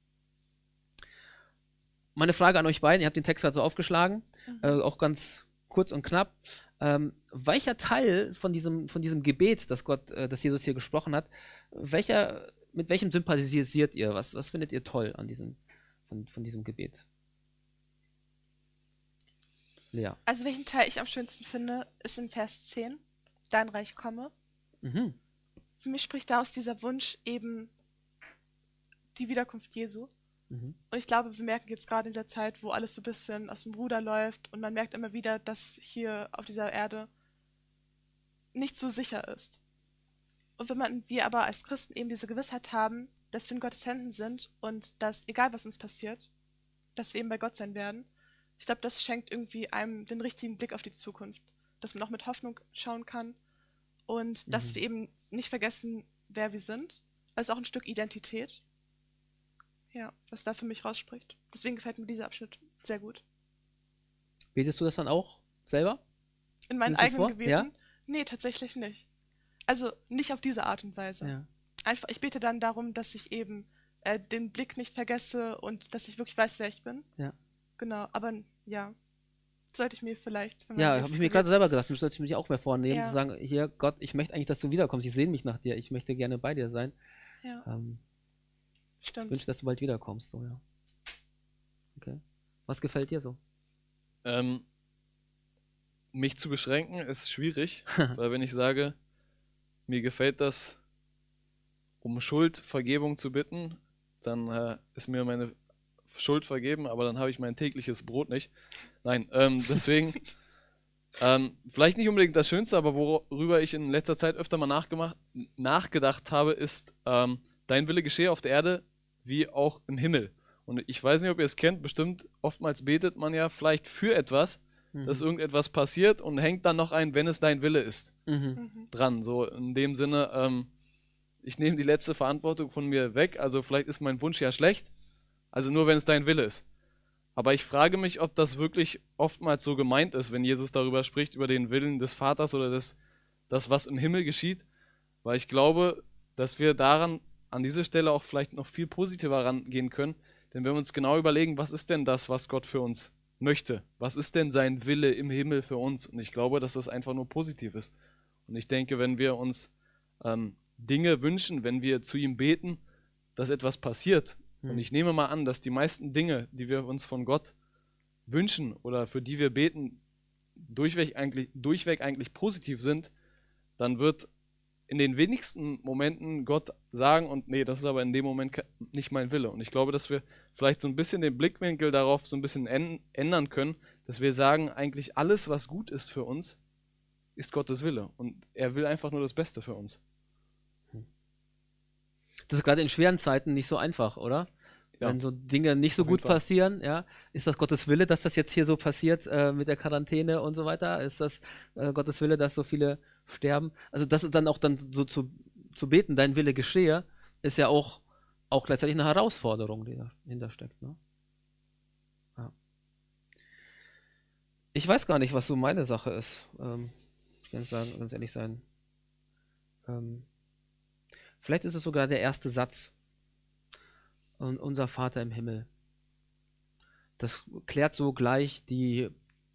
Meine Frage an euch beiden, ihr habt den Text gerade so aufgeschlagen, auch ganz kurz und knapp. Welcher Teil von diesem Gebet, das Jesus hier gesprochen hat, mit welchem sympathisiert ihr? Was findet ihr toll an von diesem Gebet? Lea. Also welchen Teil ich am schönsten finde, ist in Vers 10, dein Reich komme. Mhm. Für mich spricht daraus dieser Wunsch eben die Wiederkunft Jesu. Mhm. Und ich glaube, wir merken jetzt gerade in dieser Zeit, wo alles so ein bisschen aus dem Ruder läuft und man merkt immer wieder, dass hier auf dieser Erde nicht so sicher ist. Und wenn wir aber als Christen eben diese Gewissheit haben, dass wir in Gottes Händen sind und dass, egal was uns passiert, dass wir eben bei Gott sein werden, ich glaube, das schenkt irgendwie einem den richtigen Blick auf die Zukunft. Dass man auch mit Hoffnung schauen kann und dass wir eben nicht vergessen, wer wir sind. Also auch ein Stück Identität. Ja, was da für mich rausspricht. Deswegen gefällt mir dieser Abschnitt sehr gut. Betest du das dann auch selber? In meinen Findest du es eigenen vor? Gebeten? Ja? Nee, tatsächlich nicht. Also nicht auf diese Art und Weise. Ja. Einfach, ich bete dann darum, dass ich eben den Blick nicht vergesse und dass ich wirklich weiß, wer ich bin. Ja. Genau, aber ja, sollte ich mir vielleicht... Ja, habe ich mir gerade selber gesagt, du solltest mich auch mehr vornehmen, Ja. zu sagen, hier, Gott, ich möchte eigentlich, dass du wiederkommst, ich sehne mich nach dir, ich möchte gerne bei dir sein. Ja, Ich stimmt. wünsche, dass du bald wiederkommst. So, ja. Okay. Was gefällt dir so? Mich zu beschränken ist schwierig, weil wenn ich sage, mir gefällt das, um Schuldvergebung zu bitten, dann ist mir meine Schuld vergeben, aber dann habe ich mein tägliches Brot nicht. Nein, deswegen vielleicht nicht unbedingt das Schönste, aber worüber ich in letzter Zeit öfter mal nachgedacht habe, ist, dein Wille geschehe auf der Erde wie auch im Himmel. Und ich weiß nicht, ob ihr es kennt, bestimmt oftmals betet man ja vielleicht für etwas, dass irgendetwas passiert und hängt dann noch ein, wenn es dein Wille ist, dran. So in dem Sinne, ich nehme die letzte Verantwortung von mir weg, also vielleicht ist mein Wunsch ja schlecht, also nur wenn es dein Wille ist. Aber ich frage mich, ob das wirklich oftmals so gemeint ist, wenn Jesus darüber spricht, über den Willen des Vaters oder das, was im Himmel geschieht, weil ich glaube, dass wir daran an dieser Stelle auch vielleicht noch viel positiver rangehen können, denn wenn wir uns genau überlegen, was ist denn das, was Gott für uns möchte? Was ist denn sein Wille im Himmel für uns? Und ich glaube, dass das einfach nur positiv ist. Und ich denke, wenn wir uns Dinge wünschen, wenn wir zu ihm beten, dass etwas passiert. Und ich nehme mal an, dass die meisten Dinge, die wir uns von Gott wünschen oder für die wir beten, durchweg eigentlich positiv sind, dann wird in den wenigsten Momenten Gott sagen, und nee, das ist aber in dem Moment nicht mein Wille. Und ich glaube, dass wir vielleicht so ein bisschen den Blickwinkel darauf so ein bisschen ändern können, dass wir sagen, eigentlich alles, was gut ist für uns, ist Gottes Wille. Und er will einfach nur das Beste für uns. Das ist gerade in schweren Zeiten nicht so einfach, oder? Ja. Wenn so Dinge nicht so Auf jeden gut Fall. passieren, ja, ist das Gottes Wille, dass das jetzt hier so passiert mit der Quarantäne und so weiter? Ist das Gottes Wille, dass so viele sterben? Also das ist dann auch so zu beten, dein Wille geschehe, ist ja auch gleichzeitig eine Herausforderung, die dahinter steckt. Ne? Ja. Ich weiß gar nicht, was so meine Sache ist. Ich kann ganz ehrlich sein. Vielleicht ist es sogar der erste Satz. Und unser Vater im Himmel. Das klärt so gleich die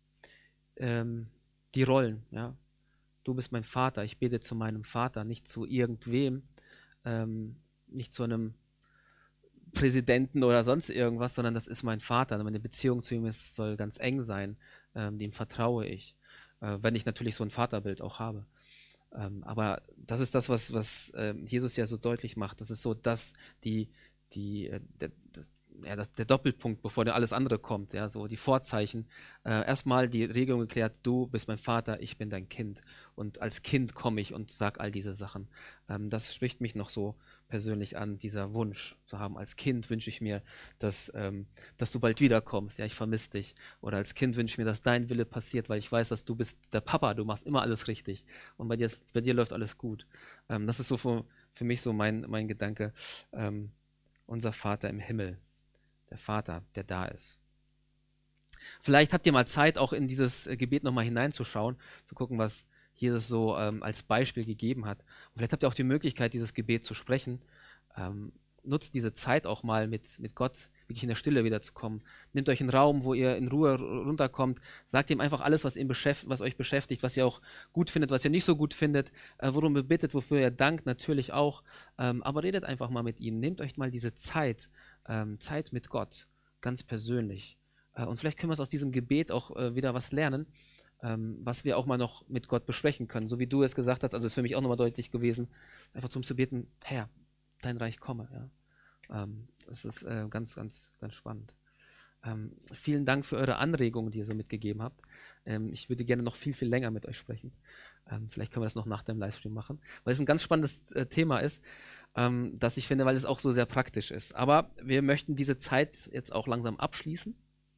Rollen. Ja? Du bist mein Vater, ich bete zu meinem Vater, nicht zu irgendwem, nicht zu einem Präsidenten oder sonst irgendwas, sondern das ist mein Vater. Meine Beziehung zu ihm soll ganz eng sein, dem vertraue ich. Wenn ich natürlich so ein Vaterbild auch habe. Aber das ist das, was Jesus ja so deutlich macht. Das ist so, dass ja, der Doppelpunkt, bevor dann alles andere kommt, ja, so die Vorzeichen. Erstmal die Regelung geklärt, du bist mein Vater, ich bin dein Kind. Und als Kind komme ich und sag all diese Sachen. Das spricht mich noch so persönlich an, dieser Wunsch zu haben. Als Kind wünsche ich mir, dass du bald wiederkommst, ja, ich vermisse dich. Oder als Kind wünsche ich mir, dass dein Wille passiert, weil ich weiß, dass du bist der Papa, du machst immer alles richtig. Und bei dir läuft alles gut. Das ist so für mich so mein Gedanke. Unser Vater im Himmel, der Vater, der da ist. Vielleicht habt ihr mal Zeit, auch in dieses Gebet nochmal hineinzuschauen, zu gucken, was Jesus so als Beispiel gegeben hat. Und vielleicht habt ihr auch die Möglichkeit, dieses Gebet zu sprechen. Nutzt diese Zeit auch mal mit Gott, wirklich in der Stille wiederzukommen. Nehmt euch einen Raum, wo ihr in Ruhe runterkommt. Sagt ihm einfach alles, was euch beschäftigt, was ihr auch gut findet, was ihr nicht so gut findet, worum ihr bittet, wofür ihr dankt, natürlich auch. Aber redet einfach mal mit ihm. Nehmt euch mal diese Zeit, Zeit mit Gott, ganz persönlich. Und vielleicht können wir aus diesem Gebet auch wieder was lernen, was wir auch mal noch mit Gott besprechen können. So wie du es gesagt hast, also ist für mich auch nochmal deutlich gewesen, einfach zu beten, Herr, dein Reich komme. Ja. Es ist ganz, ganz, ganz spannend. Vielen Dank für eure Anregungen, die ihr so mitgegeben habt. Ich würde gerne noch viel, viel länger mit euch sprechen. Vielleicht können wir das noch nach dem Livestream machen, weil es ein ganz spannendes Thema ist, das ich finde, weil es auch so sehr praktisch ist. Aber wir möchten diese Zeit jetzt auch langsam abschließen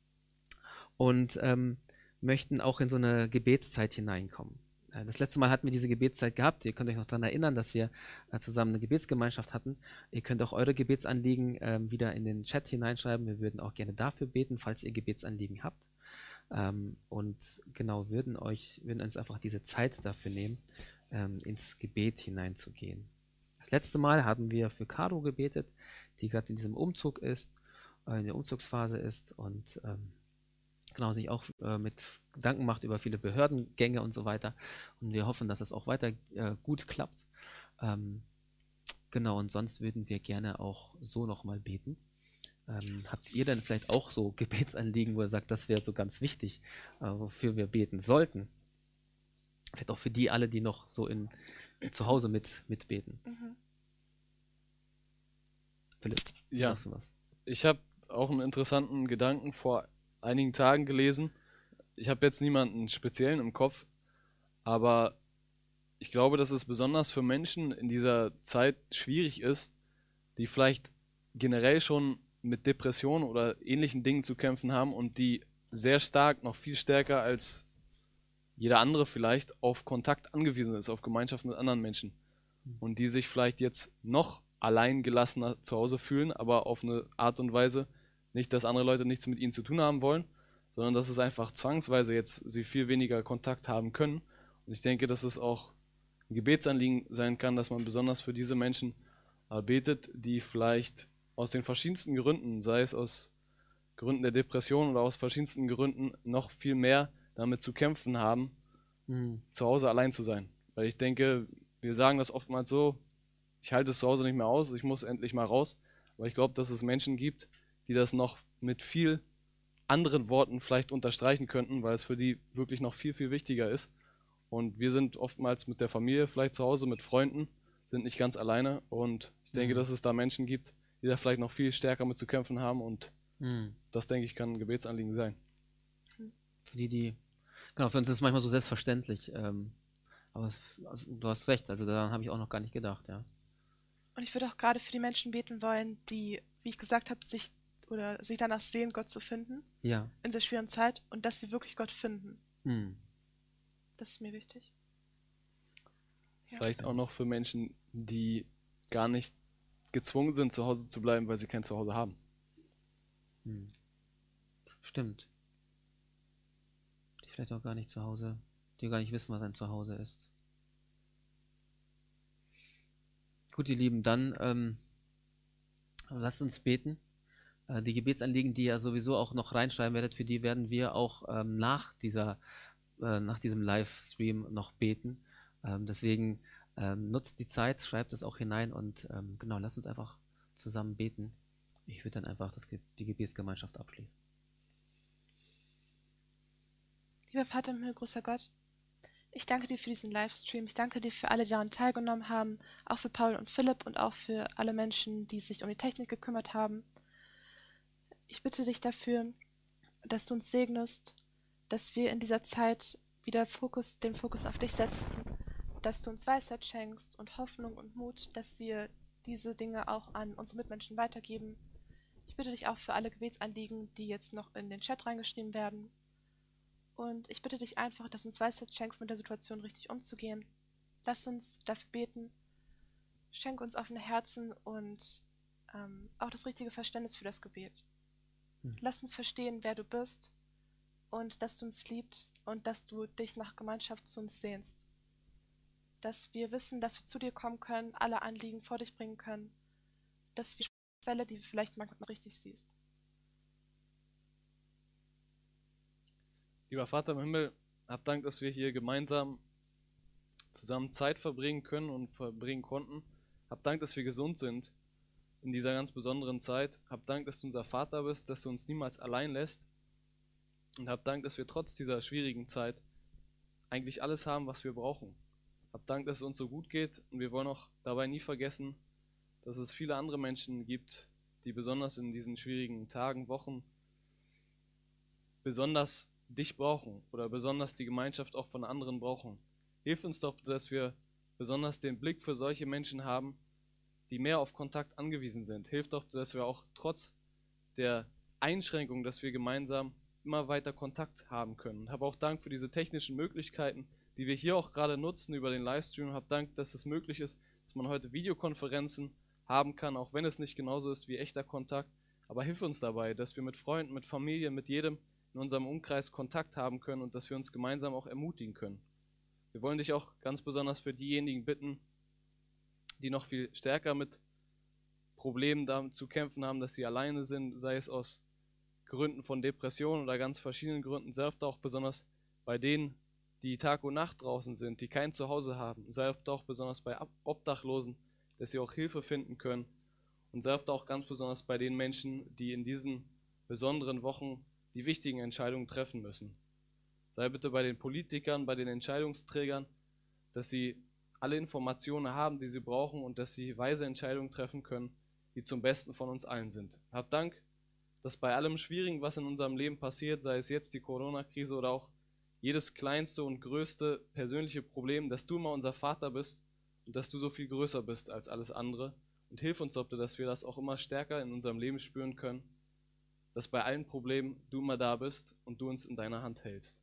und möchten auch in so eine Gebetszeit hineinkommen. Das letzte Mal hatten wir diese Gebetszeit gehabt. Ihr könnt euch noch daran erinnern, dass wir zusammen eine Gebetsgemeinschaft hatten. Ihr könnt auch eure Gebetsanliegen wieder in den Chat hineinschreiben. Wir würden auch gerne dafür beten, falls ihr Gebetsanliegen habt. Und genau, würden uns einfach diese Zeit dafür nehmen, ins Gebet hineinzugehen. Das letzte Mal haben wir für Caro gebetet, die gerade in diesem Umzug ist, in der Umzugsphase ist und genau, sich auch mit Gedanken macht über viele Behördengänge und so weiter. Und wir hoffen, dass es auch weiter gut klappt. Genau, und sonst würden wir gerne auch so nochmal beten. Habt ihr denn vielleicht auch so Gebetsanliegen, wo ihr sagt, das wäre so ganz wichtig, wofür wir beten sollten? Vielleicht auch für die alle, die noch so zu Hause mitbeten. Philipp, Ja, sagst du was? ich habe auch einen interessanten Gedanken vor einigen Tagen gelesen. Ich habe jetzt niemanden speziellen im Kopf, aber ich glaube, dass es besonders für Menschen in dieser Zeit schwierig ist, die vielleicht generell schon mit Depressionen oder ähnlichen Dingen zu kämpfen haben und die sehr stark, noch viel stärker als jeder andere vielleicht, auf Kontakt angewiesen ist, auf Gemeinschaft mit anderen Menschen. Und die sich vielleicht jetzt noch alleingelassener zu Hause fühlen, aber auf eine Art und Weise, nicht, dass andere Leute nichts mit ihnen zu tun haben wollen, sondern dass es einfach zwangsweise jetzt sie viel weniger Kontakt haben können. Und ich denke, dass es auch ein Gebetsanliegen sein kann, dass man besonders für diese Menschen betet, die vielleicht aus den verschiedensten Gründen, sei es aus Gründen der Depression oder aus verschiedensten Gründen, noch viel mehr damit zu kämpfen haben, zu Hause allein zu sein. Weil ich denke, wir sagen das oftmals so, ich halte es zu Hause nicht mehr aus, ich muss endlich mal raus. Aber ich glaube, dass es Menschen gibt, die das noch mit viel anderen Worten vielleicht unterstreichen könnten, weil es für die wirklich noch viel, viel wichtiger ist. Und wir sind oftmals mit der Familie vielleicht zu Hause, mit Freunden, sind nicht ganz alleine. Und ich denke, dass es da Menschen gibt, die da vielleicht noch viel stärker mit zu kämpfen haben. Und das, denke ich, kann ein Gebetsanliegen sein. Genau, für uns ist es manchmal so selbstverständlich. Aber du hast recht, also daran habe ich auch noch gar nicht gedacht, ja. Und ich würde auch gerade für die Menschen beten wollen, die, wie ich gesagt habe, sich danach sehen, Gott zu finden. Ja. In der schweren Zeit und dass sie wirklich Gott finden. Das ist mir wichtig. Ja. Vielleicht auch noch für Menschen, die gar nicht gezwungen sind, zu Hause zu bleiben, weil sie kein Zuhause haben. Stimmt. Die vielleicht auch gar nicht zu Hause, die gar nicht wissen, was ein Zuhause ist. Gut, ihr Lieben, dann lasst uns beten. Die Gebetsanliegen, die ihr sowieso auch noch reinschreiben werdet, für die werden wir auch nach diesem Livestream noch beten. Deswegen nutzt die Zeit, schreibt es auch hinein und genau, lasst uns einfach zusammen beten. Ich würde dann einfach die Gebetsgemeinschaft abschließen. Lieber Vater im Himmel, großer Gott, ich danke dir für diesen Livestream. Ich danke dir für alle, die daran teilgenommen haben, auch für Paul und Philipp und auch für alle Menschen, die sich um die Technik gekümmert haben. Ich bitte dich dafür, dass du uns segnest, dass wir in dieser Zeit wieder den Fokus auf dich setzen, dass du uns Weisheit schenkst und Hoffnung und Mut, dass wir diese Dinge auch an unsere Mitmenschen weitergeben. Ich bitte dich auch für alle Gebetsanliegen, die jetzt noch in den Chat reingeschrieben werden. Und ich bitte dich einfach, dass du uns Weisheit schenkst, mit der Situation richtig umzugehen. Lass uns dafür beten. Schenk uns offene Herzen und auch das richtige Verständnis für das Gebet. Lass uns verstehen, wer du bist und dass du uns liebst und dass du dich nach Gemeinschaft zu uns sehnst. Dass wir wissen, dass wir zu dir kommen können, alle Anliegen vor dich bringen können. Dass wir Quelle, die du vielleicht manchmal noch richtig siehst. Lieber Vater im Himmel, hab Dank, dass wir hier gemeinsam zusammen Zeit verbringen können und verbringen konnten. Hab Dank, dass wir gesund sind in dieser ganz besonderen Zeit. Hab Dank, dass du unser Vater bist, dass du uns niemals allein lässt. Und hab Dank, dass wir trotz dieser schwierigen Zeit eigentlich alles haben, was wir brauchen. Hab Dank, dass es uns so gut geht, und wir wollen auch dabei nie vergessen, dass es viele andere Menschen gibt, die besonders in diesen schwierigen Tagen, Wochen besonders dich brauchen oder besonders die Gemeinschaft auch von anderen brauchen. Hilf uns doch, dass wir besonders den Blick für solche Menschen haben, die mehr auf Kontakt angewiesen sind. Hilf doch, dass wir auch trotz der Einschränkung, dass wir gemeinsam immer weiter Kontakt haben können. Hab auch Dank für diese technischen Möglichkeiten, die wir hier auch gerade nutzen über den Livestream. Hab Dank, dass es möglich ist, dass man heute Videokonferenzen haben kann, auch wenn es nicht genauso ist wie echter Kontakt. Aber hilf uns dabei, dass wir mit Freunden, mit Familien, mit jedem in unserem Umkreis Kontakt haben können und dass wir uns gemeinsam auch ermutigen können. Wir wollen dich auch ganz besonders für diejenigen bitten, die noch viel stärker mit Problemen damit zu kämpfen haben, dass sie alleine sind, sei es aus Gründen von Depressionen oder ganz verschiedenen Gründen. Sei auch besonders bei denen, die Tag und Nacht draußen sind, die kein Zuhause haben. Sei auch besonders bei Obdachlosen, dass sie auch Hilfe finden können. Und sei auch ganz besonders bei den Menschen, die in diesen besonderen Wochen die wichtigen Entscheidungen treffen müssen. Sei bitte bei den Politikern, bei den Entscheidungsträgern, dass sie alle Informationen haben, die sie brauchen und dass sie weise Entscheidungen treffen können, die zum Besten von uns allen sind. Hab Dank, dass bei allem Schwierigen, was in unserem Leben passiert, sei es jetzt die Corona-Krise oder auch jedes kleinste und größte persönliche Problem, dass du immer unser Vater bist und dass du so viel größer bist als alles andere. Und hilf uns, dass wir das auch immer stärker in unserem Leben spüren können, dass bei allen Problemen du immer da bist und du uns in deiner Hand hältst.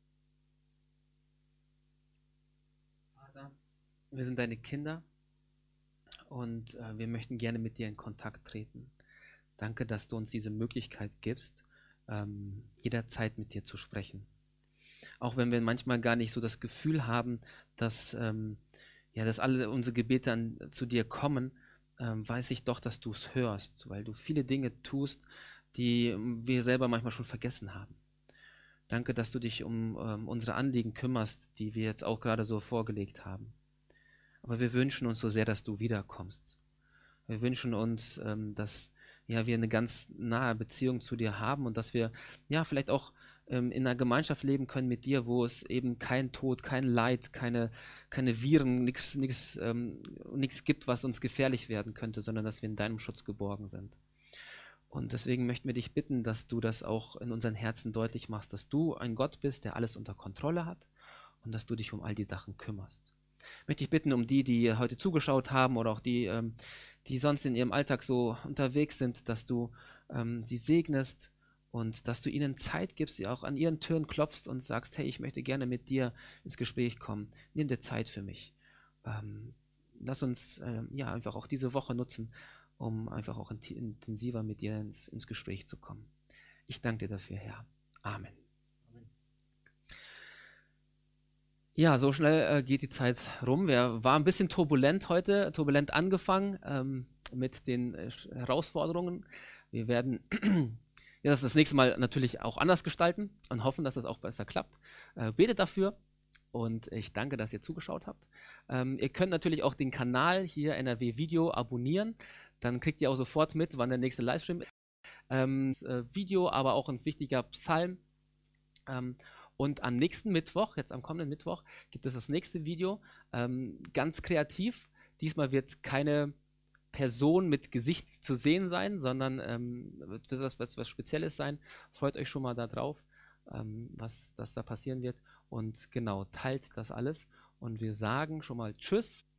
Vater, wir sind deine Kinder und wir möchten gerne mit dir in Kontakt treten. Danke, dass du uns diese Möglichkeit gibst, jederzeit mit dir zu sprechen. Auch wenn wir manchmal gar nicht so das Gefühl haben, dass alle unsere Gebete zu dir kommen, weiß ich doch, dass du es hörst, weil du viele Dinge tust, die wir selber manchmal schon vergessen haben. Danke, dass du dich um unsere Anliegen kümmerst, die wir jetzt auch gerade so vorgelegt haben. Aber wir wünschen uns so sehr, dass du wiederkommst. Wir wünschen uns, dass wir eine ganz nahe Beziehung zu dir haben und dass wir vielleicht auch in einer Gemeinschaft leben können mit dir, wo es eben kein Tod, kein Leid, keine Viren, nichts gibt, was uns gefährlich werden könnte, sondern dass wir in deinem Schutz geborgen sind. Und deswegen möchten wir dich bitten, dass du das auch in unseren Herzen deutlich machst, dass du ein Gott bist, der alles unter Kontrolle hat und dass du dich um all die Sachen kümmerst. Möchte ich bitten um die heute zugeschaut haben oder auch die sonst in ihrem Alltag so unterwegs sind, dass du sie segnest und dass du ihnen Zeit gibst, sie auch an ihren Türen klopfst und sagst, hey, ich möchte gerne mit dir ins Gespräch kommen. Nimm dir Zeit für mich. Lass uns einfach auch diese Woche nutzen, um einfach auch intensiver mit dir ins Gespräch zu kommen. Ich danke dir dafür, Herr. Amen. Ja, so schnell geht die Zeit rum. War ein bisschen turbulent heute, turbulent angefangen mit den Herausforderungen. Wir werden das nächste Mal natürlich auch anders gestalten und hoffen, dass das auch besser klappt. Betet dafür und ich danke, dass ihr zugeschaut habt. Ihr könnt natürlich auch den Kanal hier NRW Video abonnieren. Dann kriegt ihr auch sofort mit, wann der nächste Livestream ist. Video, aber auch ein wichtiger Psalm. Und am nächsten Mittwoch, jetzt am kommenden Mittwoch, gibt es das nächste Video. Ganz kreativ. Diesmal wird es keine Person mit Gesicht zu sehen sein, sondern wird was Spezielles sein. Freut euch schon mal da drauf, was das da passieren wird. Und genau, teilt das alles. Und wir sagen schon mal Tschüss.